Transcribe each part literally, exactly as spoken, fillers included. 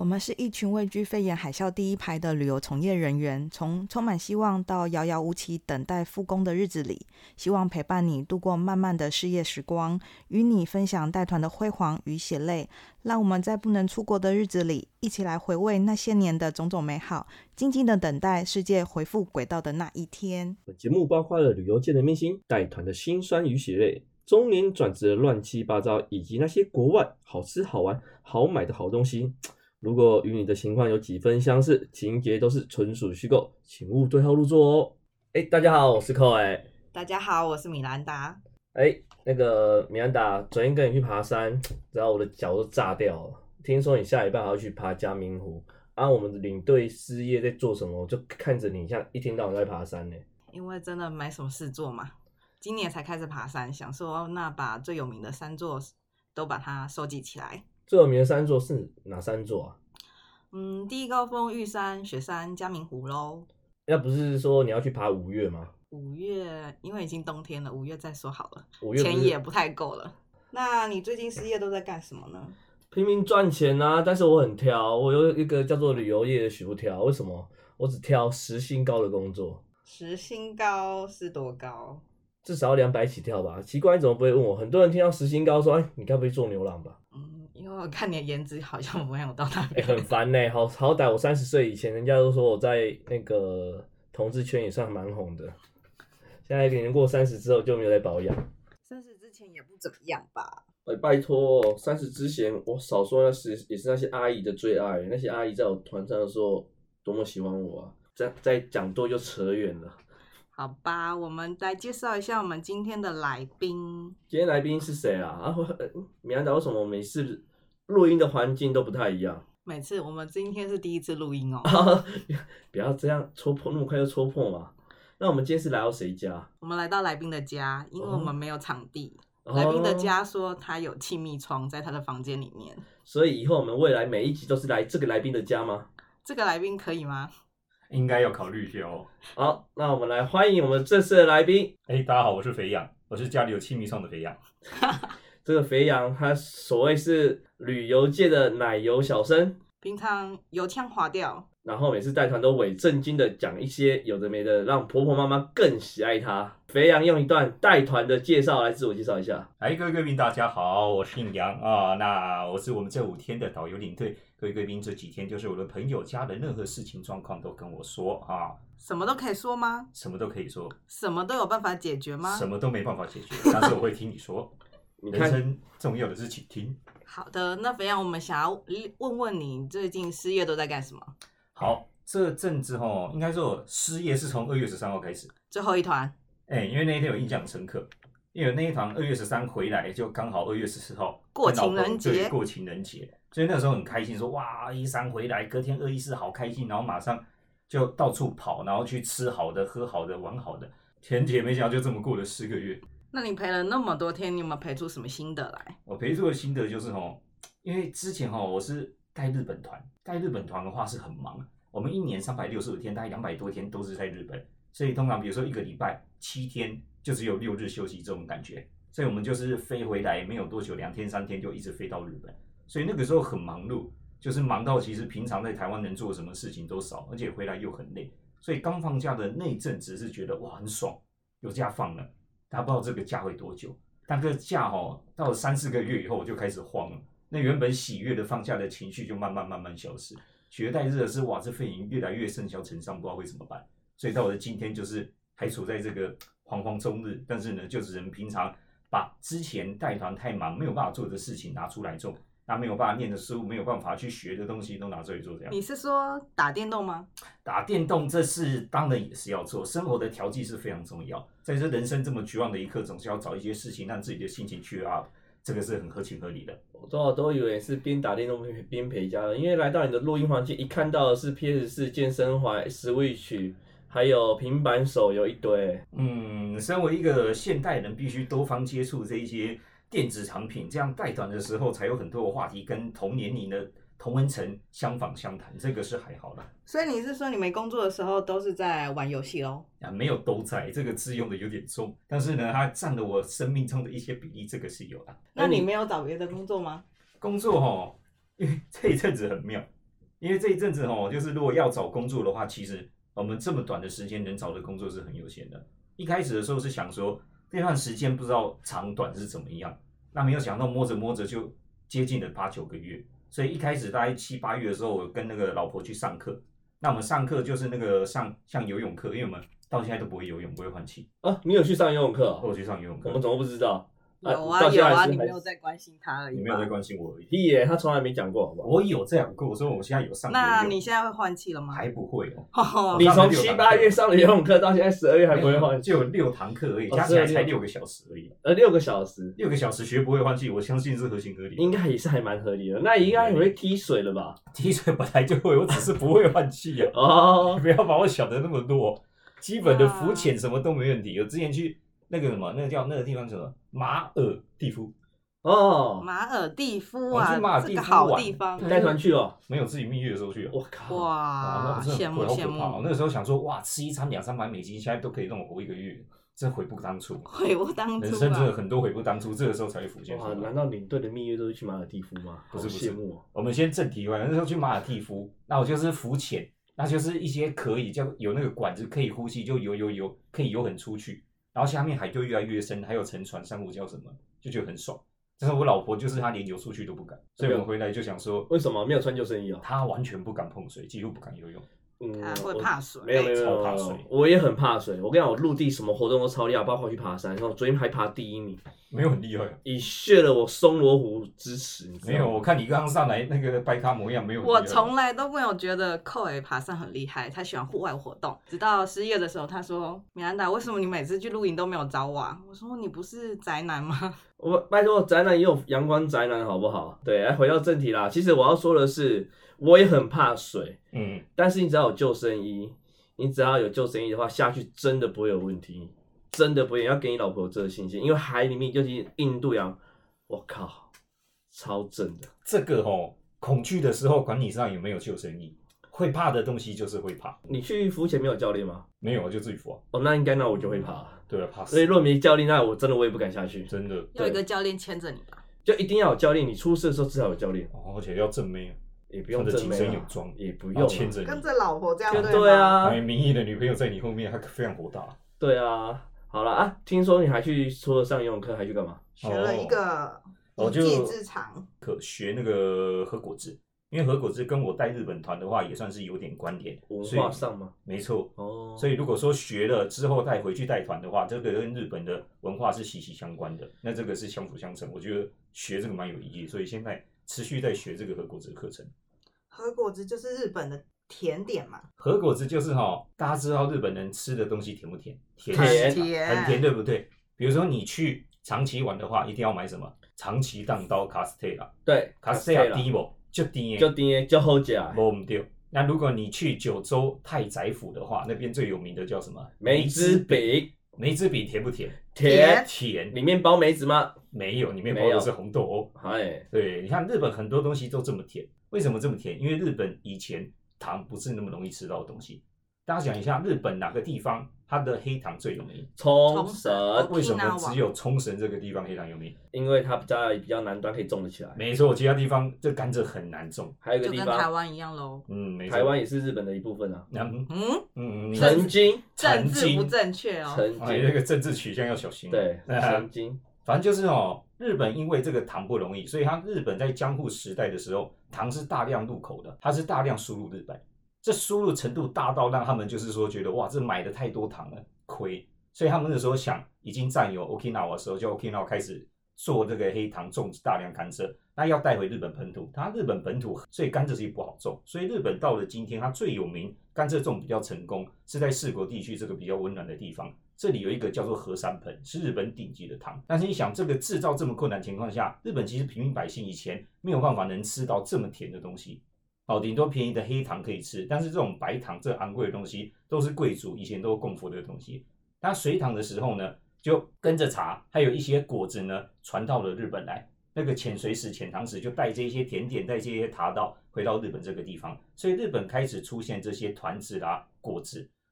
我们是一群位居肺炎海啸第一排的旅游从业人员，从充满希望到遥遥无期等待复工的日子里，希望陪伴你度过漫漫的事业时光，与你分享带团的辉煌与血泪。让我们在不能出国的日子里，一起来回味那些年的种种美好，静静的等待世界恢复轨道的那一天。 本节目包括了旅游界的明星、带团的辛酸与血泪、中年转职的乱七八糟，以及那些国外好吃好玩好买的好东西。如果与你的情况有几分相似，情节都是纯属虚构，请勿对号入座哦。哎，大家好，我是寇哎。 大家好，我是米兰达。 哎，那个米兰达，昨天跟你去爬山，然后我的脚都炸掉了。听说你下礼拜还要去爬嘉明湖，啊，我们的领队失业在做什么？我就看着你像一天到晚在爬山呢。 因为真的没什么事做嘛，今年才开始爬山，想说那把最有名的山座都把它收集起来。 最有名的山座是哪三座啊？ 嗯，第一高峰玉山、雪山、嘉明湖咯。 要不是说你要去爬五岳吗？ 五月因为已经冬天了，五月再说好了， 五月钱也不太够了。那你最近失业都在干什么呢？ 拼命赚钱啊，但是我很挑，我有一个叫做旅游业的许不挑。为什么？我只挑时薪高的工作。 时薪高是多高？ 至少要两百起跳吧。奇怪，你怎么不会问我？很多人听到时薪高说：“哎，你该不会做牛郎吧？” 嗯，因为我看你的颜值好像没有到那边。 欸、很烦呢、欸。好好歹我三十岁以前，人家都说我在那个同志圈也算蛮红的。现在年过三十之后就没有在保养。 三十之前也不怎么样吧？ 哎，拜托，三十之前我少说那是也是那些阿姨的最爱。那些阿姨在我团上的时候多么喜欢我啊！再再讲多就扯远了。 好吧，我们来介绍一下我们今天的来宾。 今天来宾是谁啊？啊，米兰达，为什么每次录音的环境都不太一样？ 每次我们今天是第一次录音哦。 不要这样戳破，那么快就戳破嘛。那我们今天是来到谁家？ 我们来到来宾的家，因为我们没有场地。 哦、 来宾的家说他有气密窗在他的房间里面， 所以以后我们未来每一集都是来这个来宾的家吗？ 这个来宾可以吗？ 应该要考虑一下哦。 好，那我们来欢迎我们这次的来宾。 哎，大家好，我是肥羊，我是家里有气密窗的肥羊。 这个肥羊他所谓是旅游界的奶油小生， 平常油腔滑调， 然后每次带团都伪正经的讲一些有的没的，让婆婆妈妈更喜爱他。肥羊用一段带团的介绍来自我介绍一下。 哎，各位贵宾大家好，我是羊啊，那我是我们这五天的导游领队。各位贵宾，这几天就是我的朋友家的任何事情状况都跟我说啊。 什么都可以说吗？ 什么都可以说。 什么都有办法解决吗？ 什么都没办法解决，但是我会听你说。你人生重要的是倾听。 好的，那肥羊，我们想要问问你最近失业都在干什么？ 好，这阵子齁，应该说失业是从二月十三号开始， 最后一团。 哎、欸，因为那一天有印象很深刻，因为那一团二月十三回来就刚好二月十四号过情人节， 过情人节，所以那时候很开心说，说哇一三回来，隔天二一四好开心，然后马上就到处跑，然后去吃好的、喝好的、玩好的。前姐没想到就这么过了四个月。 那你陪了那么多天，你有没有陪出什么心得来？ 我陪出的心得就是齁，因为之前齁我是带日本团，带日本团的话是很忙。我们一年三百六十五天，大概两百多天都是在日本，所以通常比如说一个礼拜七天就只有六日休息这种感觉，所以我们就是飞回来没有多久，两天三天就一直飞到日本，所以那个时候很忙碌，就是忙到其实平常在台湾能做什么事情都少，而且回来又很累，所以刚放假的那一阵子是觉得哇很爽，有假放了，大家不知道这个假会多久，但这个假哦到了三四个月以后我就开始慌了，那原本喜悦的放假的情绪就慢慢慢慢消失。取而代之的是，哇，这肺炎越来越甚嚣尘上，不知道会怎么办。所以到我的今天，就是还处在这个惶惶终日，但是呢，就只能平常把之前带团太忙没有办法做的事情拿出来做，那没有办法念的书，没有办法去学的东西都拿出来做。这样。 你是说打电动吗？ 打电动这是当然也是要做，生活的调剂是非常重要。在这人生这么绝望的一刻，总是要找一些事情让自己的心情cheer up。这个是很合情合理的。 我都都以为是边打电动边陪家人，因为来到你的录音环境，一看到的是 P S 四、健身环、Switch， 还有平板手游一堆。 嗯，身为一个现代人，必须多方接触这一些电子产品，这样带团的时候才有很多的话题跟同年龄的同温层相访相谈，这个是还好啦。 所以你是说你没工作的时候都是在玩游戏咯？ 啊，没有都在，这个字用的有点重，但是呢，它占了我生命中的一些比例，这个是有的。 那你没有找别的工作吗？ 工作齁，因为这一阵子很妙， 因为这一阵子哦，就是如果要找工作的话，其实我们这么短的时间能找的工作是很有限的。一开始的时候是想说这段时间不知道长短是怎么样，那没有想到摸着摸着就接近了八九个月。所以一开始大概七八月的时候，我跟那个老婆去上课。那我们上课就是那个上像游泳课，因为我们到现在都不会游泳，不会换气。 啊，你有去上游泳课、哦？ 我有去上游泳课， 我们怎么不知道？ 有啊有啊，你没有在关心他而已。 你没有在关心我而已。 屁耶，他从来没讲过，好不好？ 我有这样过，我说我现在有上游泳。 那你现在会换气了吗？ 还不会哦。 你从七八月上了游泳课到现在十二月还不会换气， 就有六堂课而已，加起来才六个小时而已。 呃，六个小时， 六个小时学不会换气，我相信是合情合理。 应该也是还蛮合理的。那应该也会踢水了吧？ 踢水本来就会，我只是不会换气啊。 哦， 不要把我想的那么弱，基本的浮潜什么都没问题。我之前去那个什么，那个叫那个地方叫什么马尔蒂夫。 哦， 马尔蒂夫啊， 去马尔蒂夫这个好地方。 带团去哦， 没有自己蜜月的时候去。 我靠， 哇，羡慕羡慕。 那个时候想说，哇，吃一餐两三百美金，现在都可以让我活一个月，真悔不当初。 悔不当初， 人生真的很多悔不当初，这个时候才会浮现出来。 哇，难道领队的蜜月都是去马尔蒂夫吗？ 不是不是， 羡慕。 我们先正题外，那时候去马尔蒂夫，那我就是浮潜，那就是一些可以叫有那个管子可以呼吸，就游游游，可以游很出去，然后下面海就越来越深，还有沉船、珊瑚礁什么，就觉得很爽。但是我老婆就是她连游出去都不敢，所以我们回来就想说， 为什么没有穿救生衣哦？ 她完全不敢碰水，几乎不敢游泳。 嗯，她会怕水。 没有没有没有， 怕水。 我也很怕水。我跟你讲，我陆地什么活动都超厉害，包括去爬山，然后昨天还爬第一名， 没有很厉害， 以血了我松罗湖之耻。 没有，我看你刚刚上来那个白卡模样，没有。 我从来都没有觉得寇伟爬山很厉害，他喜欢户外活动。直到失业的时候，他说：“米兰达，为什么你每次去露营都没有找我啊？”我说：“你不是宅男吗？” 我拜托，宅男也有阳光宅男，好不好？对，来回到正题啦。其实我要说的是，我也很怕水， 嗯， 但是你只要有救生衣，你只要有救生衣的话，下去真的不会有问题，真的不会。要给你老婆有这个信心，因为海里面，尤其印度洋，我靠，超正的。 这个哦，恐惧的时候，管你身上有没有救生衣，会怕的东西就是会怕。 你去浮潜没有教练吗？ 没有，我就自己浮啊。 哦，那应该那我就会怕。 对啊，怕死。 所以若没教练，那我真的我也不敢下去。 真的， 要一个教练牵着你吧。 就一定要有教练，你出事的时候至少有教练。 哦，而且要正妹啊， 也不用正妹， 身有装， 也不用牵着你， 跟着老婆这样对对啊。 哎，名义的女朋友在你后面，她非常火大。 对啊，好了啊，听说你还去除了上游泳课，还去干嘛？ 学了一个一技之长， 可学那个和果子。因为和果子跟我带日本团的话也算是有点关联， 文化上吗？ 没错哦， 所以如果说学了之后带回去带团的话，这个跟日本的文化是息息相关的，那这个是相辅相成。我觉得学这个蛮有意义，所以现在持续在学这个和果子的课程。 和果子就是日本的甜点嘛？ 和果子就是哈、哦，大家知道日本人吃的东西甜不甜？ 甜， 甜， 很甜，对不对？比如说你去长崎玩的话，一定要买什么？长崎蛋刀卡斯特拉， 对， 卡斯特拉低不？就甜， 就甜，就好吃。 没唔对。那如果你去九州太宰府的话，那边最有名的叫什么？ 梅子饼。 梅子饼甜不甜？ 甜， 甜。 里面包梅子吗？ 没有，里面包的是红豆哦。 哎， 对，你看日本很多东西都这么甜，为什么这么甜？因为日本以前糖不是那么容易吃到的东西。大家想一下，日本哪个地方它的黑糖最有名？ 冲绳。 为什么只有冲绳这个地方黑糖有名？ 因为它比较比较南端，可以种得起来。 没错，其他地方这甘蔗很难种。 还有一个地方， 就跟台湾一样喽。 嗯，没错， 台湾也是日本的一部分啊。 嗯嗯嗯， 曾经， 政治不正确哦。 曾经， 那个政治取向要小心。 对，曾经， 反正就是哦，日本因为这个糖不容易，所以它日本在江户时代的时候，糖是大量入口的，它是大量输入日本。这输入程度大到让他们就是说觉得哇，这买的太多糖了，亏，所以他们那时候想已经占有 Okinawa 的时候，就 Okinawa 开始做这个黑糖，种植大量甘蔗，那要带回日本本土，它日本本土所以甘蔗其实不好种，所以日本到了今天，它最有名甘蔗种比较成功是在四国地区这个比较温暖的地方，这里有一个叫做和山盆，是日本顶级的糖。但是你想，这个制造这么困难的情况下，日本其实平民百姓以前没有办法能吃到这么甜的东西。哦，顶多便宜的黑糖可以吃，但是这种白糖这昂贵的东西都是贵族以前都供奉的东西。那隋唐的时候呢，就跟着茶还有一些果子呢传到了日本来。那个遣隋使、遣唐使就带这些甜点、带这些茶道回到日本这个地方，所以日本开始出现这些团子啦、果子。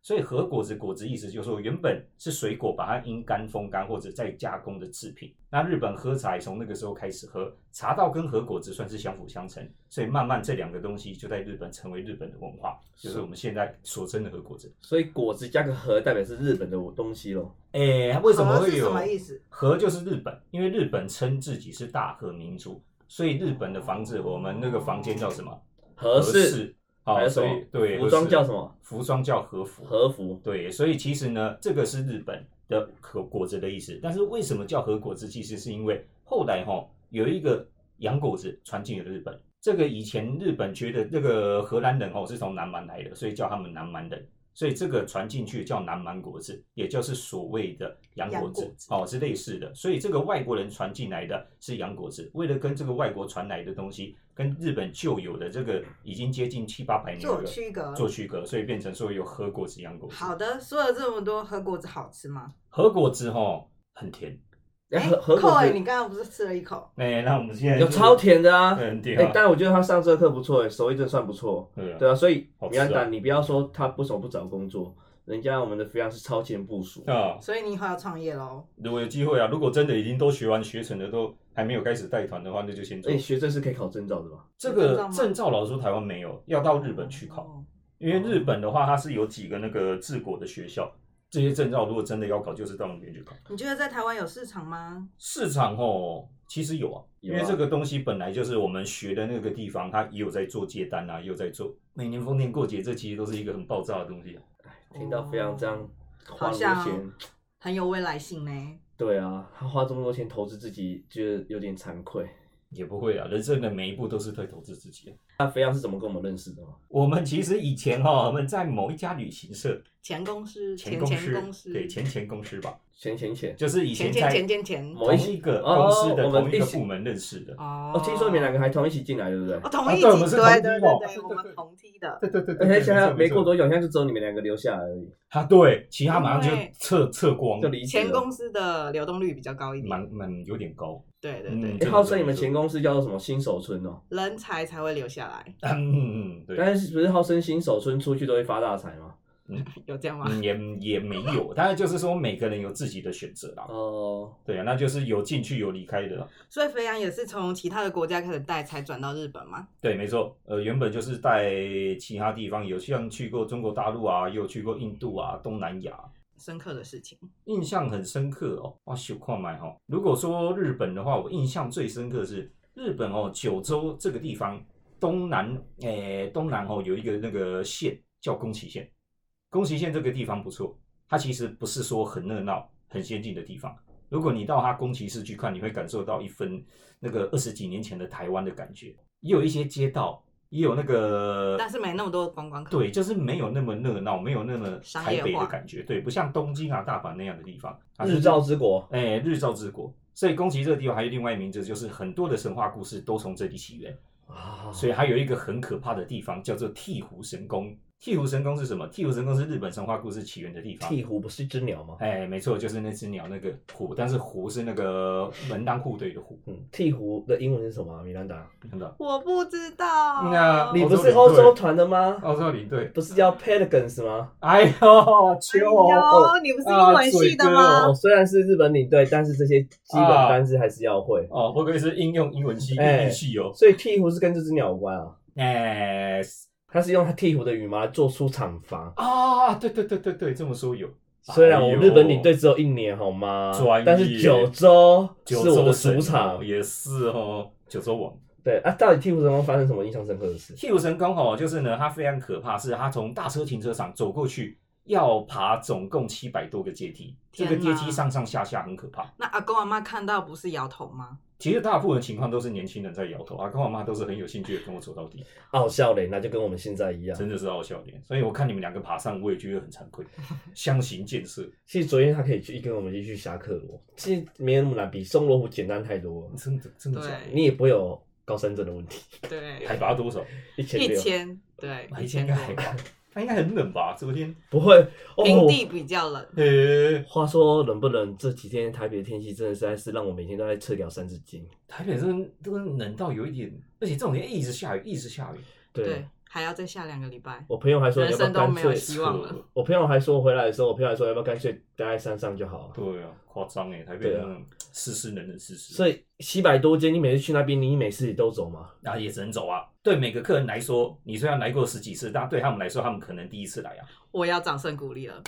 所以和果子果子意思就是说原本是水果，把它阴干、风干或者再加工的制品。那日本喝茶从那个时候开始喝，茶道跟和果子算是相辅相成，所以慢慢这两个东西就在日本成为日本的文化，就是我们现在所称的和果子。 所以果子加个和代表是日本的东西咯。 诶，为什么会有和是什么意思？ 和就是日本，因为日本称自己是大和民族，所以日本的房子，我们那个房间叫什么？ 和室。 好、 还有什么？ 所以对， 服装叫什么？ 服装叫和服。 和服。 对，所以其实呢，这个是日本的和果子的意思。但是为什么叫和果子？其实是因为后来哈、哦、有一个洋果子传进了日本。这个以前日本觉得那个荷兰人哦是从南蛮来的，所以叫他们南蛮人。所以这个传进去叫南蛮果子，也就是所谓的洋果子， 洋果子哦，是类似的。所以这个外国人传进来的是洋果子，为了跟这个外国传来的东西跟日本旧有的这个已经接近七八百年的做区隔， 做区隔，所以变成说有和果子、洋果子。 好的，说了这么多，和果子好吃吗？ 和果子哦很甜。 哎、 和和扣哎、 果子你刚刚不是吃了一口？ 哎、那我们现在有超甜的啊， 很甜、 哎、 啊但我觉得他上这课不错，手艺真的算不错。 对啊， 对啊，所以好吃啊米兰达，你不要说他为什么不找工作，人家我们的飞扬是超前部署。 啊， 所以你以后要创业喽？ 如果有机会啊，如果真的已经都学完学成了，都还没有开始带团的话，那就先做。 哎、学这是可以考证照的吧？ 这有证照吗个证照老实说台湾没有，要到日本去考。 哦因为日本的话，它是有几个那个治国的学校，这些证照如果真的要考，就是到那边去考。 你觉得在台湾有市场吗？ 市场哦，其实有啊， 有啊因为这个东西本来就是我们学的那个地方，它也有在做接单啊，也有在做。每年逢年过节，这其实都是一个很爆炸的东西啊。 听到飞扬这样花那么好像多钱， 很有未来性呢。 对啊，他花这么多钱投资自己，觉得有点惭愧。 也不会啊，人生的每一步都是在投资自己啊。 那飞扬是怎么跟我们认识的吗？ 我们其实以前哈、哦，我们在某一家旅行社前公司，前前公司， 前公司， 对前前公司吧， 钱钱钱。 就是以前前前在前前前同一个公司的哦我们同一个一起部门认识的。 哦哦，听说你们两个还同一起进来，对不对？ 哦，同一级， 啊对我们是同对梯哦对对对，我们同梯的。 对对对而且现在没过多， 多久，现在就只有你们两个留下来而已， 他对，其他马上就对撤撤光， 就离职了。 前公司的流动率比较高一点， 蛮蛮有点高。嗯对对对， 哎，号称你们前公司叫做什么新手村哦？ 人才才会留下来， 嗯嗯，对， 但是不是号称新手村出去都会发大财吗？ 有这样吗？ 嗯也也没有，当然就是说每个人有自己的选择啦。 哦， 对啊，那就是有进去有离开的啦。 所以肥羊也是从其他的国家开始带，才转到日本吗？ 对，没错，呃，原本就是在其他地方，有像去过中国大陆啊，也有去过印度啊、东南亚， 深刻的事情， 印象很深刻哦。哇，小看买哈。如果说日本的话，我印象最深刻的是日本哦，九州这个地方东南，诶、东南哦有一个那个县叫宫崎县。宫崎县这个地方不错，它其实不是说很热闹、很先进的地方。如果你到它宫崎市去看，你会感受到一分那个二十几年前的台湾的感觉，也有一些街道，也有那个， 但是没那么多观光客。 对，就是没有那么热闹，没有那么台商业化北的感觉，对，不像东京啊、大阪那样的地方。它是日照之国。 哎，日照之国。所以宫崎这个地方还有另外一名字，就是很多的神话故事都从这里起源。 啊， 所以还有一个很可怕的地方叫做醍醐神宫。醍醐神宫是什么？醍醐神宫是日本神话故事起源的地方。 鹈鹕不是一只鸟吗？ 哎，没错，就是那只鸟那个虎，但是虎是那个门当户对的虎。 嗯，鹈鹕的英文是什么啊？米兰达， 看到？ 我不知道。 那你不是欧洲团的吗？ 澳洲领队。 不是叫 Pelicans 吗？ 哎呦，秋哦， 哎呦，你不是英文系的吗？ 哦，虽然是日本领队，但是这些基本单字还是要会。 哦，会不会是应用英文系、 哎英语系哦？ 所以鹈鹕是跟这只鸟有关啊。 哎， 它是用它鹈鹕的羽毛来做出厂房。 啊，对对对对对，这么说有。 虽然我哎呦日本领队只有一年，好吗专业？ 但是九州九是我的州神主场哦。也是哦，九州王。 对啊，到底鹈鹕神宫发生什么印象深刻的事？ 醍醐神宫哦，就是呢，它非常可怕，是它从大车停车场走过去，要爬总共七百多个阶梯，这个天哪阶梯上上下下很可怕。 那阿公阿妈看到不是摇头吗？ 其实大部分情况都是年轻人在摇头，阿公阿妈都是很有兴趣的跟我走到底， 傲笑脸，那就跟我们现在一样。 真的是傲笑脸。所以我看你们两个爬上，我也觉得很惭愧，相形见绌。 其实昨天他可以去跟我们一起去侠客罗，其实没有那么难，比松罗湖简单太多了。 真的真的假的？ 对你也不会有高山症的问题。 对， 海拔多少？ 一一千六， 千，对， 一千个海拔，它应该很冷吧？昨天， 不会。哦、 平地比较冷。 呃， 话说冷不冷？这几天台北的天气真的实在是让我每天都在撤掉三字经。 台北真的都冷到有一点，而且这种天一直下雨，一直下雨。 对， 对， 还要再下两个礼拜， 我朋友还说人要不要生都没有干脆， 希望了。 我朋友还说回来的时候，我朋友还说要不要干脆待在山上就好了。 对啊，夸张哎，台北那种湿湿冷冷湿湿。 所以七百多间，你每次去那边，你每次也都走吗？ 啊，也只能走啊。对每个客人来说，你虽然来过十几次，但对他们来说，他们可能第一次来啊。 我要掌声鼓励了。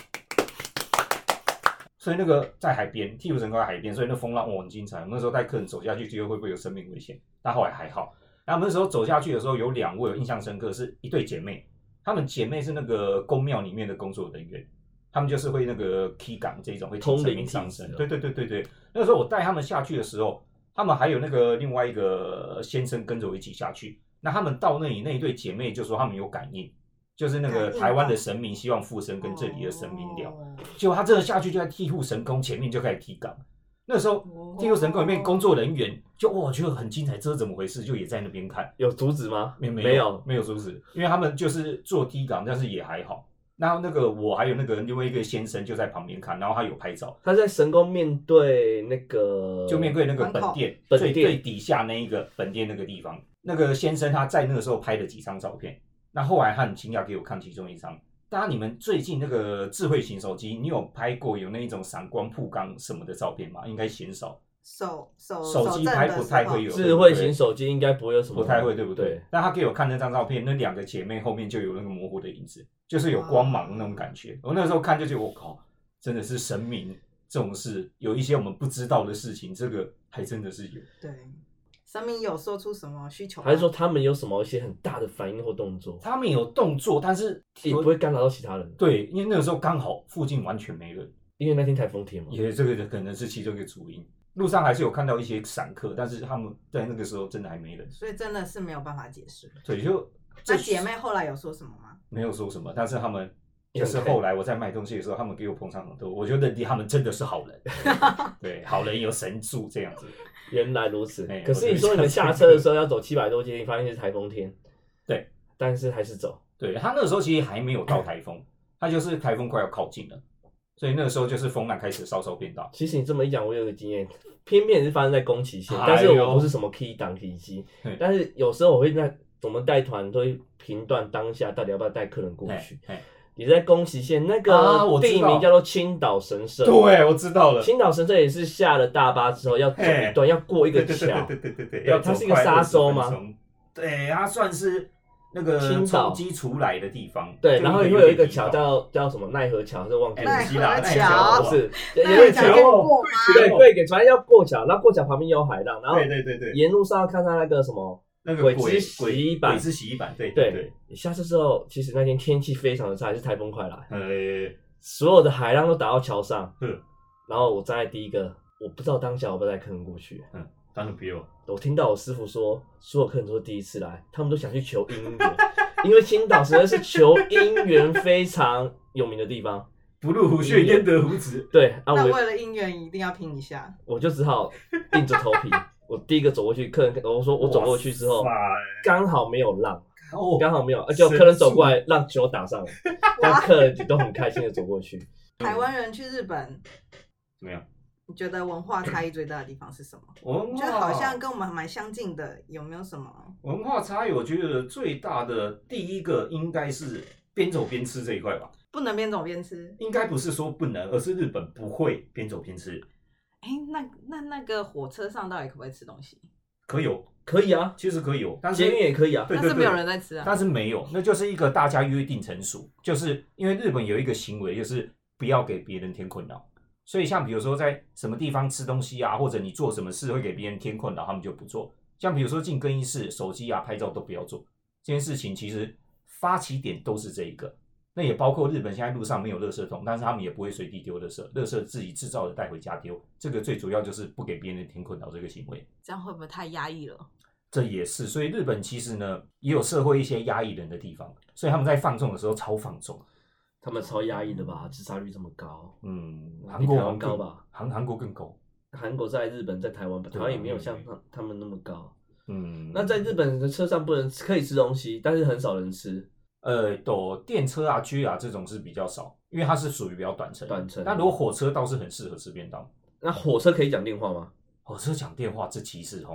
所以那个在海边，替补神沟在海边，所以那风浪哦很精彩。我们那时候带客人走下去，觉得会不会有生命危险？但后来还好。然后我们那时候走下去的时候，有两位有印象深刻，是一对姐妹。她们姐妹是那个宫庙里面的工作人员，她们就是会那个 key 港这种会听神明上身。对对对对对。那个时候我带他们下去的时候，他们还有那个另外一个先生跟着我一起下去。那他们到那里，那一对姐妹就说他们有感应。就是那个台湾的神明希望附身跟这里的神明聊，结果他真的下去就在替护神宫前面就开始踢港。那时候替护神宫里面工作人员就哇觉得很精彩，这是怎么回事？就也在那边看， 有阻止吗？ 没没有没有阻止，因为他们就是做踢港，但是也还好。然后那个我还有那个另外一个先生就在旁边看，然后他有拍照。 他在神宫面对那个， 就面对那个本店本最最底下那一个本店那个地方，那个先生他在那个时候拍了几张照片。那后来他很惊讶给我看其中一张，大家你们最近那个智慧型手机，你有拍过有那一种闪光曝光什么的照片吗？应该嫌少。 手手手机拍不太会有， 智慧型手机应该不会有什么， 不太会，对不对？ 对。 但他给我看那张照片，那两个姐妹后面就有那个模糊的影子，就是有光芒那种感觉。我那时候看就觉得我靠，真的是神明这种事，有一些我们不知道的事情，这个还真的是有。 对。神明有说出什么需求吗？ 还是说他们有什么一些很大的反应或动作？ 他们有动作，但是也不会干扰到其他人。 对，因为那个时候刚好附近完全没人， 因为那天台风天嘛。 也这个可能是其中一个主因。路上还是有看到一些散客，但是他们在那个时候真的还没人， 所以真的是没有办法解释。 对，就那姐妹后来有说什么吗？ 没有说什么，但是他们就是后来我在卖东西的时候，他们给我捧场很多，我就认定他们真的是好人。对，好人有神助这样子。 原来如此。 欸、 可是你说你们下车的时候要走七百多阶，你发现是台风天。 对， 但是还是走。 对，他那个时候其实还没有到台风，他就是台风快要靠近了，所以那个时候就是风浪开始稍稍变大。 其实你这么一讲，我有个经验，偏偏是发生在宫崎县， 哎、 但是我不是什么 key 档 key 机，但是有时候我会在我们带团都会评断当下到底要不要带客人过去。你在宫崎县那个地名叫做青岛神社， 对，我知道了。 青岛神社也是下了大巴之后要走一段，要过一个桥， 对对对对对，它是一个沙洲吗？ 对，它算是那个冲击出来的地方。 对，然后会有一个桥叫叫什么奈何桥，是忘记了。 奈何桥不是，有一个桥过吗？ 对对，反正要过桥，然后过桥旁边有海浪，然后对对对对， 沿路上要看到那个什么。 那个鬼之洗衣板， 鬼之洗衣板，对对对。 你下车之后，其实那天天气非常的差，是台风快来， 呃， 所有的海浪都打到桥上。 嗯， 然后我站在第一个，我不知道当下我不带客人过去。 嗯，当然不用。 我听到我师傅说，所有客人都是第一次来，他们都想去求姻缘，因为青岛实在是求姻缘非常有名的地方。 不入虎穴，焉得虎子。 对啊， 那为了姻缘一定要拼一下， 我就只好硬着头皮。我第一个走过去，客人我说我走过去之后，刚好没有浪，刚、哦、好没有，而且客人走过来，浪球打上来，但客人都很开心的走过去。 台湾人去日本怎么样？ 你觉得文化差异最大的地方是什么？ 文化就好像跟我们蛮相近的，有没有什么文化差异？我觉得最大的第一个应该是边走边吃这一块吧。 不能边走边吃， 应该不是说不能，而是日本不会边走边吃。 哎、欸，那那那个火车上到底可不可以吃东西？ 可以有， 可以啊， 其实可以有，但是捷运也可以啊， 对对对， 但是没有人在吃啊。 但是没有，那就是一个大家约定成熟，就是因为日本有一个行为，就是不要给别人添困扰。所以像比如说在什么地方吃东西啊，或者你做什么事会给别人添困扰，他们就不做。像比如说进更衣室，手机啊、拍照都不要做。这件事情其实发起点都是这一个。那也包括日本现在路上没有垃圾桶，但是他们也不会随地丢垃圾，垃圾自己制造的带回家丢。这个最主要就是不给别人添困扰这个行为。 这样会不会太压抑了？ 这也是，所以日本其实呢也有社会一些压抑人的地方，所以他们在放纵的时候超放纵。 他们超压抑的吧？自杀率这么高。 嗯，韩国更高吧？ 韩韩国更高。 韩国在日本在台湾，台湾也没有像他他们那么高。 嗯， 那在日本的车上不能可以吃东西，但是很少人吃。 呃，都电车啊、J 啊这种是比较少，因为它是属于比较短程。 短程。 那如果火车倒是很适合吃便当。 那火车可以讲电话吗？ 火车讲电话，这其实齁，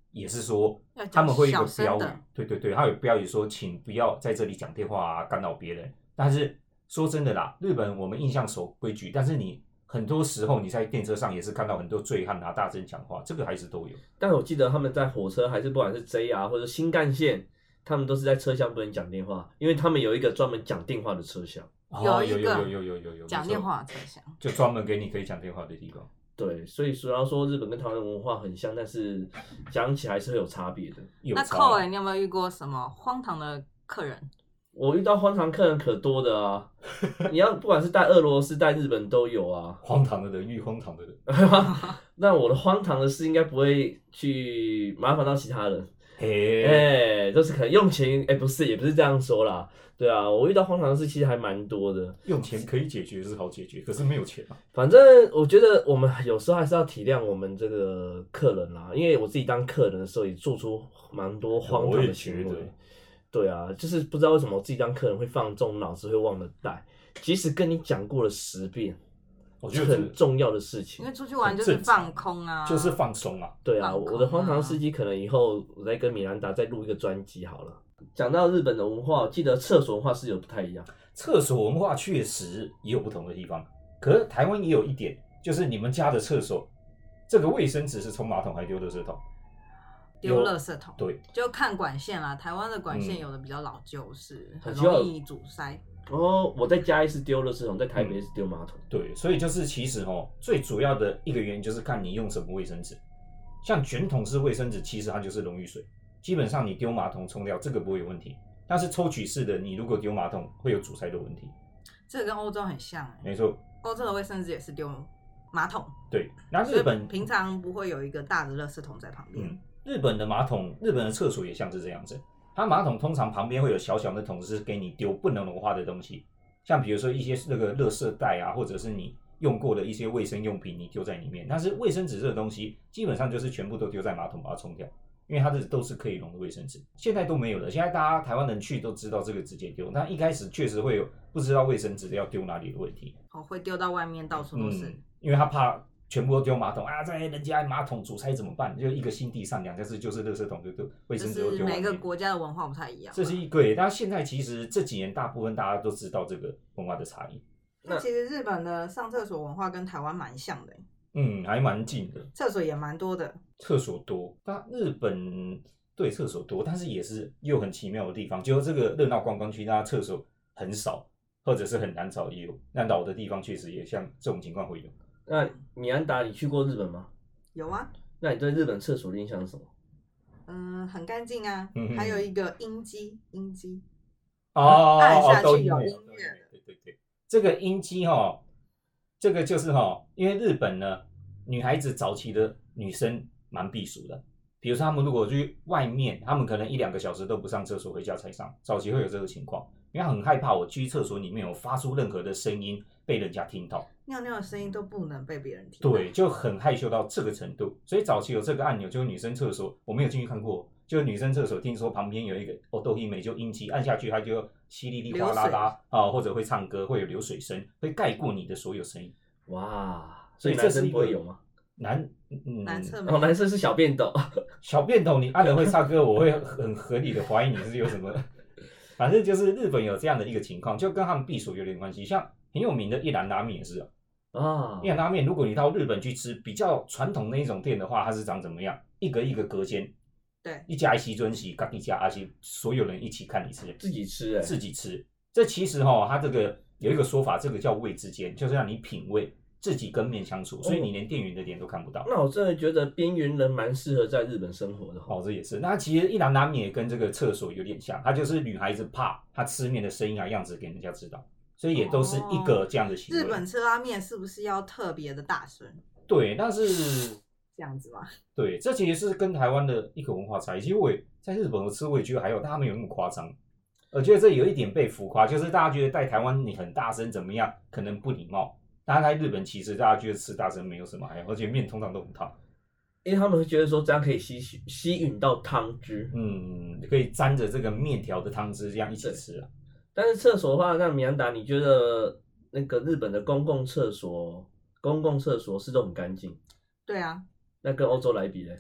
也是说要讲他们会有一个小声的标语，对对对，他有标语说请不要在这里讲电话啊，干扰别人。但是说真的啦，日本我们印象守规矩，但是你很多时候你在电车上也是看到很多醉汉啊大声讲话，这个还是都有。 但我记得他们在火车还是不管是 J R 或者新干线，他们都是在车厢不能讲电话，因为他们有一个专门讲电话的车厢。 哦、 有一个有有有有有有讲电话的车厢， 就专门给你可以讲电话的地方。 对，所以虽然说日本跟台湾的文化很像，但是讲起来还是会有差别的。 那有差寇哎，你有没有遇过什么荒唐的客人？ 我遇到荒唐客人可多的啊，你要不管是带俄罗斯带日本都有啊。 荒唐的人遇荒唐的人， 那我的荒唐的事应该不会去麻烦到其他人。 嘿， 哎、欸，就是可能用钱，哎、欸，不是，也不是这样说啦。对啊，我遇到荒唐的事其实还蛮多的。 用钱可以解决是好解决，可是没有钱啊。 反正我觉得我们有时候还是要体谅我们这个客人啦，因为我自己当客人的时候也做出蛮多荒唐的行为。对啊，就是不知道为什么我自己当客人会放纵，脑子会忘了带。即使跟你讲过了十遍， 我觉得很重要的事情。 因为出去玩就是放空啊， 就是放松啊。 对啊， 啊我的荒唐司机可能以后我再跟米兰达再录一个专辑好了。讲到日本的文化，我记得厕所文化是有不太一样。 厕所文化确实也有不同的地方，可是台湾也有一点，就是你们家的厕所，这个卫生纸是冲马桶还丢垃圾桶？ 丢垃圾桶， 对， 就看管线啦。台湾的管线有的比较老旧，是、 嗯、 很容易阻塞。 哦，我在嘉义是丢垃圾桶，在台北是丢马桶、 嗯。对，所以就是其实哦，最主要的一个原因就是看你用什么卫生纸。像卷筒式卫生纸，其实它就是溶于水，基本上你丢马桶冲掉这个不会有问题。但是抽取式的，你如果丢马桶会有阻塞的问题。 这个跟欧洲很像、欸， 没错， 欧洲的卫生纸也是丢马桶。 对，那日本平常不会有一个大的垃圾桶在旁边。 嗯日本的马桶，日本的厕所也像是这样子。它马桶通常旁边会有小小的桶，是给你丢不能融化的东西，像比如说一些那个垃圾袋啊，或者是你用过的一些卫生用品，你丢在里面。但是卫生纸这个东西，基本上就是全部都丢在马桶把它冲掉，因为它这都是可以溶的卫生纸。现在都没有了，现在大家台湾人去都知道这个直接丢。但一开始确实会有不知道卫生纸要丢哪里的问题， 哦，会丢到外面到处都是， 嗯、因为他怕。全部都丢马桶啊！在人家马桶阻塞怎么办？就一个心地善良，但是就是垃圾桶就丢卫生纸都丢。 每个国家的文化不太一样。 这是一对，但现在其实这几年大部分大家都知道这个文化的差异。 那其实日本的上厕所文化跟台湾蛮像的， 嗯，还蛮近的， 厕所也蛮多的。 厕所多，但日本对厕所多，但是也是又很奇妙的地方，就这个热闹观光区，大家厕所很少，或者是很难找也有。那老的地方确实也像这种情况会有。 那米安达，你去过日本吗？ 有啊。 那你对日本厕所的印象是什么？ 嗯，很干净啊， 嗯、 还有一个音机，音机哦， 按下去有音乐。 对对对，这个音机哈，这个就是哈，因为日本呢，女孩子早期的女生蛮避暑的，比如说他们如果去外面，他们可能一两个小时都不上厕所，回家才上，早期会有这个情况，因为很害怕我去厕所里面有发出任何的声音被人家听到。 尿尿的声音都不能被别人听到， 对，就很害羞到这个程度。所以早期有这个按钮，就是女生厕所，我没有进去看过。就是女生厕所，听说旁边有一个哦，豆一美就音机按下去，它就淅沥沥哗啦啦啊，或者会唱歌，会有流水声，会盖过你的所有声音。 哇，所以男生不会有吗？ 男嗯， 男厕哦，男生是小便斗， 小便斗你按了会唱歌，我会很合理的怀疑你是有什么。反正就是日本有这样的一个情况，就跟他们避暑有点关系。像很有名的一兰拉面也是啊。 啊， 一兰拉面，如果你到日本去吃比较传统那一种店的话，它是长怎么样？一个一个隔间， 对，一家一西尊席，各一家，而且所有人一起看你吃， 自己吃、欸， 自己吃。这其实哈、哦，它这个有一个说法，这个叫味之间，就是让你品味，自己跟面相处，所以你连店员的脸都看不到。 哦、那我真的觉得边缘人蛮适合在日本生活的。 哦，这也是。那其实一兰拉面也跟这个厕所有点像，它就是女孩子怕她吃面的声音啊样子给人家知道。所以也都是一个这样的行为。 日本吃拉面是不是要特别的大声？ 对，但是这样子吗？ 对，这其实是跟台湾的一个文化差异。其实我也在日本我吃，我也觉得还有，但他没有那么夸张。我觉得这有一点被浮夸，就是大家觉得在台湾你很大声怎么样，可能不礼貌。但在日本其实大家觉得吃大声没有什么，还有，而且面通常都很烫， 因为他们会觉得说这样可以吸吸吮到汤汁， 嗯，可以沾着这个面条的汤汁这样一起吃啊。 但是厕所的话，那米安达，你觉得那个日本的公共厕所，公共厕所是都很干净？ 对啊。 那跟欧洲来比呢？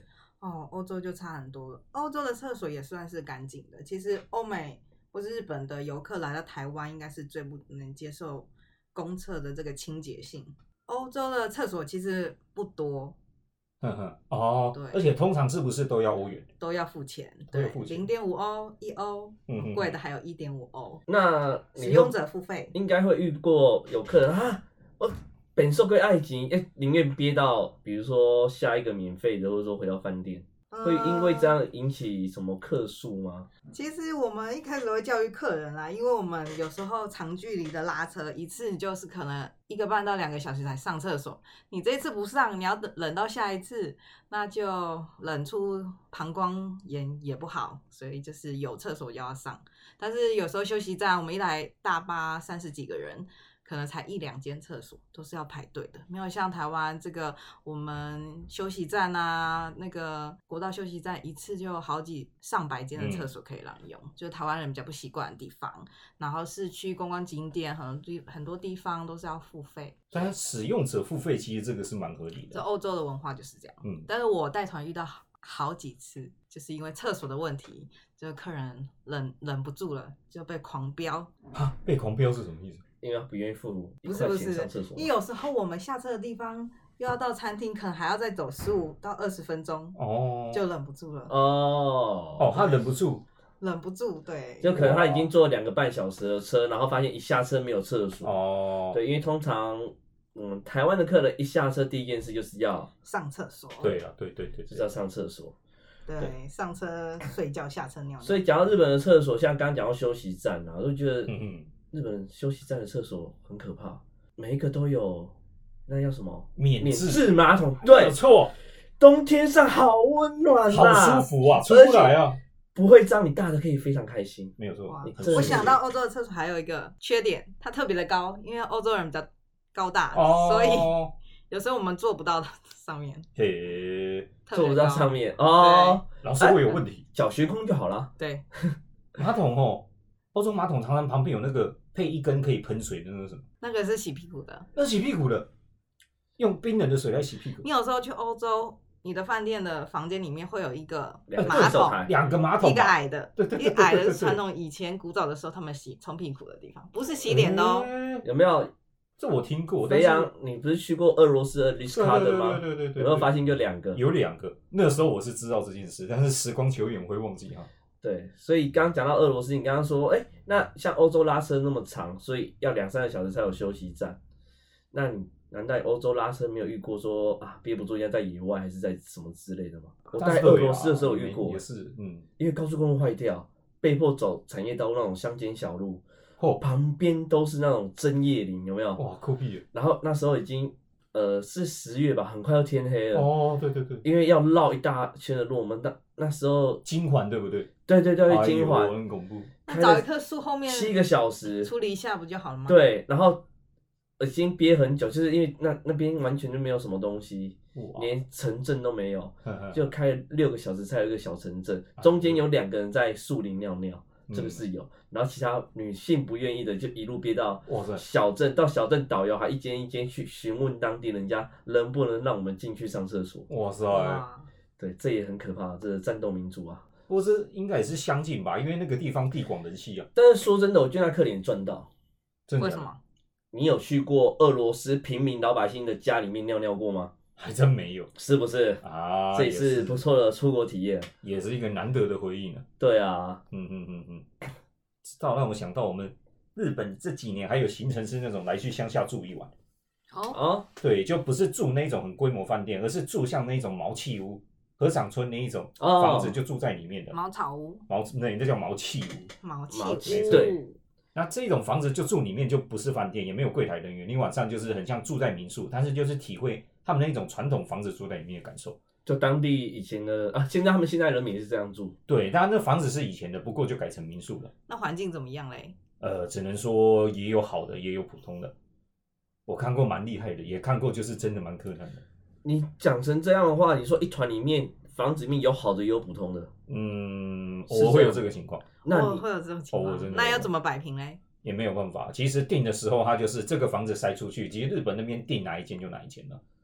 哦，欧洲就差很多了。欧洲的厕所也算是干净的。其实欧美或是日本的游客来到台湾，应该是最不能接受公厕的这个清洁性。欧洲的厕所其实不多， 哼哼，哦， 对， 而且通常是不是都要欧元？ 都要付钱，对， 都要付钱零点五欧、一欧， 嗯哼贵的还有一点五欧。 那你使用者付费， 应该会遇过有客人啊，我本受贵爱情，哎，宁愿憋到比如说下一个免费的，或者说回到饭店。会因为这样引起什么客诉吗？ 其实我们一开始会教育客人啦，因为我们有时候长距离的拉车，一次就是可能一个半到两个小时才上厕所。你这一次不上，你要等忍到下一次，那就忍出膀胱炎也不好，所以就是有厕所就要上。但是有时候休息站，我们一来大巴三十几个人。可能才一两间厕所，都是要排队的，没有像台湾这个我们休息站啊，那个国道休息站一次就有好几上百间的厕所可以让用，嗯、就是台湾人比较不习惯的地方。然后市区观光景点很多很多地方都是要付费， 但使用者付费其实这个是蛮合理的。 这欧洲的文化就是这样。 嗯， 但是我带团遇到好几次，就是因为厕所的问题，就客人忍忍不住了，就被狂飙。 啊，被狂飙是什么意思？ 因为他不愿意付一不是不是块钱上厕，所， 因为有时候我们下车的地方又要到餐厅，可能还要再走十五到二十分钟， 哦， 就忍不住了。 哦哦，他忍不住， 忍不住，对， 就可能他已经坐两个半小时的车，然后发现一下车没有厕所。 哦， 对，因为通常嗯，台湾的客人一下车第一件事就是要上厕所。 对啊，对对对， 就是要上厕所。 对， 对上车睡觉，下车尿尿。 所以讲到日本的厕所，像刚刚讲到休息站啊，我就觉得嗯嗯， 日本休息站的厕所很可怕，每一个都有那叫什么免免治治马桶， 没对有，错， 冬天上好温暖好啊， 舒服啊，出不来啊， 不会脏，你大的可以非常开心。 没有错哇。 你很舒服我想到欧洲的厕所还有一个缺点，它特别的高，因为欧洲人比较高大， 哦， 所以有时候我们做不到上面， 嘿， 特别坐不到高上面哦， 老是会有问题。 脚悬空就好了。 对， 马桶哦，欧洲马桶常常旁边有那个配一根可以喷水的那个什么， 那个是洗屁股的。 那洗屁股的，用冰冷的水来洗屁股你。有时候去欧洲，你的饭店的房间里面会有一个两个马桶， 洗手台两个马桶吧， 一个矮的， 对对对一个矮的对对对是传统以前古早的时候他们洗冲屁股的地方，不是洗脸的哦。 欸有没有？ 这我听过。 肥羊，你不是去过俄罗斯的 l 斯卡的吗？ 对对对对对对， 有没有发现就两个？ 有两个？那时候我是知道这件事，但是时光久远我会忘记哈。 对，所以刚刚讲到俄罗斯，你刚刚说，哎、欸，那像欧洲拉车那么长，所以要两三个小时才有休息站。那你难道欧洲拉车没有遇过说啊憋不住要在野外还是在什么之类的吗？我在俄罗斯的时候有遇过， 也是，嗯， 因为高速公路坏掉，被迫走产业道路那种乡间小路， 哦， 旁边都是那种针叶林，有没有？ 哇，酷毙了！ 然后那时候已经呃是十月吧，很快要天黑了。 哦，对对对， 因为要绕一大圈的路，我们那那时候金环对不对？ 对对对， 哎呦金环很恐怖。 那找一棵树后面七个小时处理一下不就好了吗？， 对，然后已经憋很久，就是因为那那边完全就没有什么东西， 哇连城镇都没有， 呵呵就开了六个小时才有一个小城镇， 啊中间有两个人在树林尿尿， 嗯这个是有，然后其他女性不愿意的就一路憋到哇塞小镇，到小镇导游还一间一间去询问当地人家能不能让我们进去上厕所。 哇塞！ 哇， 对，这也很可怕，这是战斗民族啊。 不过这应该也是相近吧，因为那个地方地广人稀啊。 但是说真的，我觉得那克林赚到。 真的为什么？ 你有去过俄罗斯平民老百姓的家里面尿尿过吗？ 还真没有是不是？ 啊， 这也是不错的出国体验。 也是一个难得的回忆呢。 对啊， 嗯嗯嗯嗯，知道让我想到我们日本这几年还有行程是那种来去乡下住一晚。 哦， 哦， 对，就不是住那种很规模饭店，而是住像那种毛契屋、合掌村那一种哦房子，就住在里面的。 茅草屋、 毛那那叫毛契屋。 毛毛气屋， 气对那这种房子就住里面就不是饭店，也没有柜台人员，你晚上就是很像住在民宿，但是就是体会他们那种传统房子住在里面的感受。 就当地以前的啊，现在他们现在人民也是这样住。 对，当然那房子是以前的，不过就改成民宿了。 那环境怎么样嘞？ 呃，只能说也有好的，也有普通的。我看过蛮厉害的，也看过就是真的蛮困难的。 你讲成这样的话，你说一团里面房子里面有好的也有普通的， 嗯， 是这样偶尔会有这个情况， 那你哦会有这种情况哦我真，的那要怎么摆平嘞？ 也没有办法。其实订的时候，它就是这个房子塞出去，其实日本那边订哪一间就哪一间了。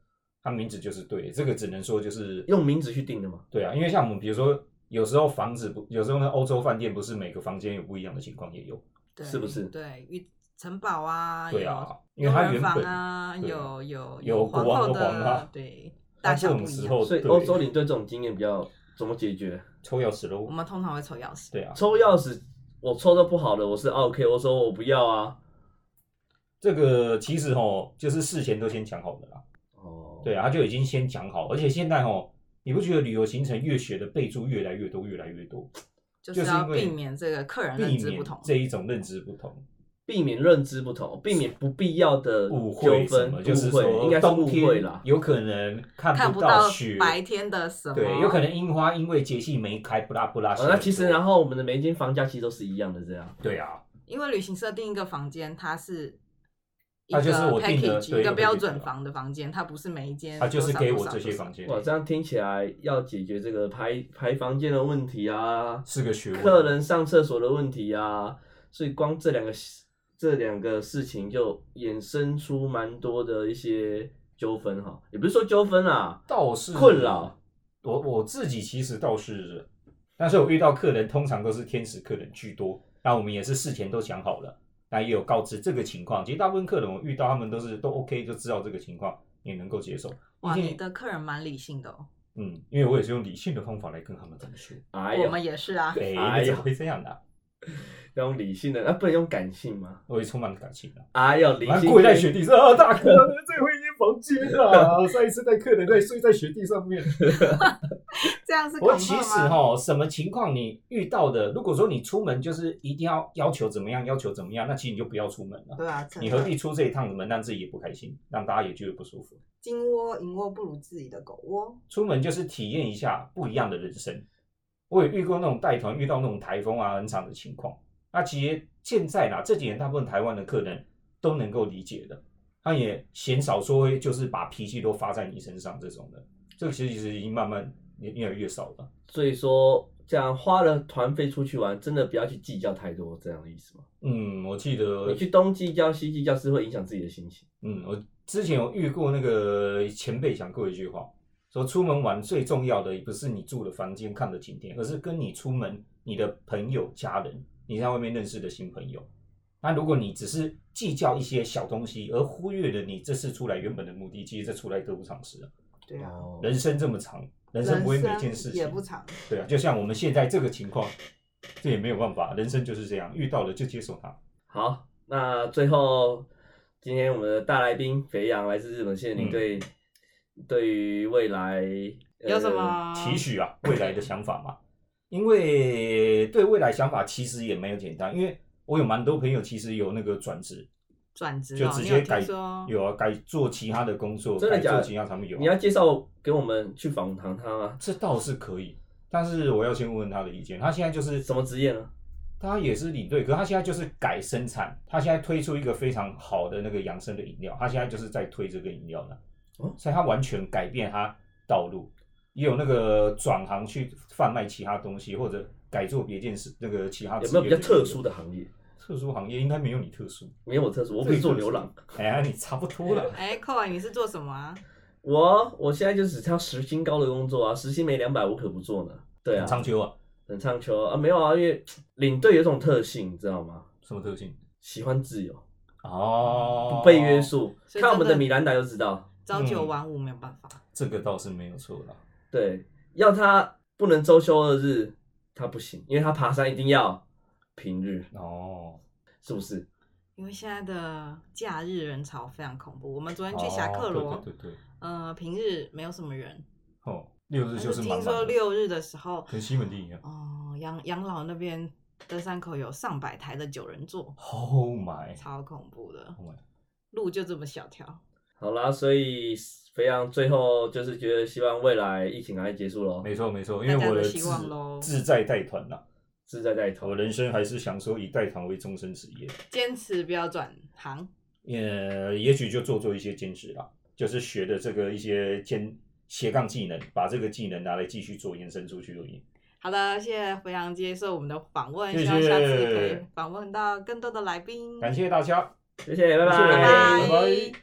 它名字就是对的，这个只能说就是用名字去定的吗？ 对啊，因为像我们比如说有时候房子不，有时候呢欧洲饭店不是每个房间有不一样的情况也有， 对是不是？ 对，与城堡啊， 对啊， 有因为它佣人房原本啊， 对有有有皇国王后和皇啊的，对， 那这大小不一样。 种时候对所以欧洲领队这种经验比较怎么解决？ 抽钥匙喽我，们通常会抽钥匙。 对啊， 抽钥匙，我抽的不好的，我是 OK， 我说我不要啊。 这个其实吼就是事前都先讲好的啦。 哦， 对啊，他就已经先讲好，而且现在哦，你不觉得旅游行程越写的备注越来越多，越来越多， 就是要就是因为避免这个客人认避免知不同。 这一种认知不同， 避免认知不同，避免不必要的误纠会什纷， 么，就是误会说应该是误会冬天啦。 有可能看看不到到雪， 白天的什么， 对，有可能樱花因为节气没开，不拉不拉。 哦，那其实然后我们的每一间房价其实都是一样的，这样。 对啊， 因为旅行社订一个房间，它是一它个就是我订的 package， 对一个一个标 package 准房的房间，它不是每一间他就是多少给我这多少多少些房间， 哇，这样听起来要解决这个排排房间的问题啊， 是个学问。 客人上厕所的问题啊，所以光这两个这两个事情就衍生出蛮多的一些纠纷哈，也不是说纠纷啦， 倒是困扰。 我我自己其实倒是，但是我遇到客人通常都是天使客人居多，那我们也是事前都讲好了，那也有告知这个情况。其实大部分客人我遇到他们都是都 OK， 就知道这个情况，也能够接受。 哇， 毕竟你的客人蛮理性的哦。 嗯，因为我也是用理性的方法来跟他们这么说。 哎呦， 我们也是啊。 对， 哎呦你怎么会这样的、啊？ 要用理性的，那、啊、不能用感性吗？ 我也充满了感情的、啊。 哎呦，理性蛮跪在雪地上啊，大哥，最后一间房间啊！上一次带客人在睡在雪地上面。 这样是恐吓我其实吗？ 哈，什么情况你遇到的，如果说你出门就是一定要要求怎么样，要求怎么样，那其实你就不要出门了。 对啊，真的你何必出这一趟门，让自己也不开心，让大家也觉得不舒服？ 金窝银窝不如自己的狗窝。 出门就是体验一下不一样的人生。我也遇过那种带团遇到那种台风啊、很长的情况。那其实现在啦，这几年大部分台湾的客人都能够理解的，他也鲜少说会就是把脾气都发在你身上这种的。这个其实已经慢慢越来越少了。 所以说，这样花了团费出去玩，真的不要去计较太多，这样的意思吗？ 嗯，我记得你去东计较西计较是会影响自己的心情。 嗯，我之前有遇过那个前辈讲过一句话，说出门玩最重要的不是你住的房间看的景点，而是跟你出门你的朋友家人，你在外面认识的新朋友。那如果你只是计较一些小东西，而忽略了你这次出来原本的目的，其实这出来得不偿失啊。 对啊， 哦， 人生这么长，人生不会每件事情也不长。 对啊，就像我们现在这个情况，这也没有办法，人生就是这样，遇到了就接受它。 好，那最后今天我们的大来宾肥羊来自日本县领队， 嗯、 对于未来、呃、 有什么期许啊？未来的想法嘛？因为对未来想法其实也没有简单，因为我有蛮多朋友其实有那个转职， 转职、哦、 就直接改你有听说有啊，改做其他的工作， 真的假的改做其他产品有、啊。 你要介绍给我们去访谈他吗？ 这倒是可以，但是我要先问问他的意见。他现在就是什么职业呢？ 他也是领队，可是他现在就是改生产，他现在推出一个非常好的那个养生的饮料，他现在就是在推这个饮料的， 哦、 所以他完全改变他道路，也有那个转行去贩卖其他东西，或者改做别件事，那个其他有没有比较特殊的行业？ 特殊行业应该没有你特殊， 没有我特殊，我可以做牛郎。 哎呀，你差不多了。 哎，寇文，你是做什么啊？ 我我现在就只挑时薪高的工作啊，时薪没两百我可不做呢。对啊， 长秋啊， 很唱秋啊，没有啊，因为领队有一种特性，你知道吗？ 什么特性？ 喜欢自由哦， 不被约束。 所以看我们的米兰达就知道， 朝九晚五没有办法。 这个倒是没有错啦。 对，要他不能周休二日，他不行，因为他爬山一定要平日， 哦， 是不是？ 因为现在的假日人潮非常恐怖。我们昨天去侠客罗， 哦、对对对对， 呃，平日没有什么人。 哦，六日就是满满的。 听说六日的时候， 跟西门町一样。 哦，养养老那边登山口有上百台的九人座 ，Oh my， 超恐怖的。 Oh my， 路就这么小条。 好啦，所以肥羊最后就是觉得希望未来疫情赶快结束咯。 没错没错，因为我的志志在带团呐， 志在带团， 我人生还是想说以带团为终身职业， 坚持不要转行。 呃，也许就做做一些兼职啦，就是学的这个一些兼斜杠技能，把这个技能拿来继续做延伸出去而已。 好的，谢谢肥羊接受我们的访问， 谢谢希望下次可以访问到更多的来宾。 感谢大家， 谢谢，拜拜， 拜拜。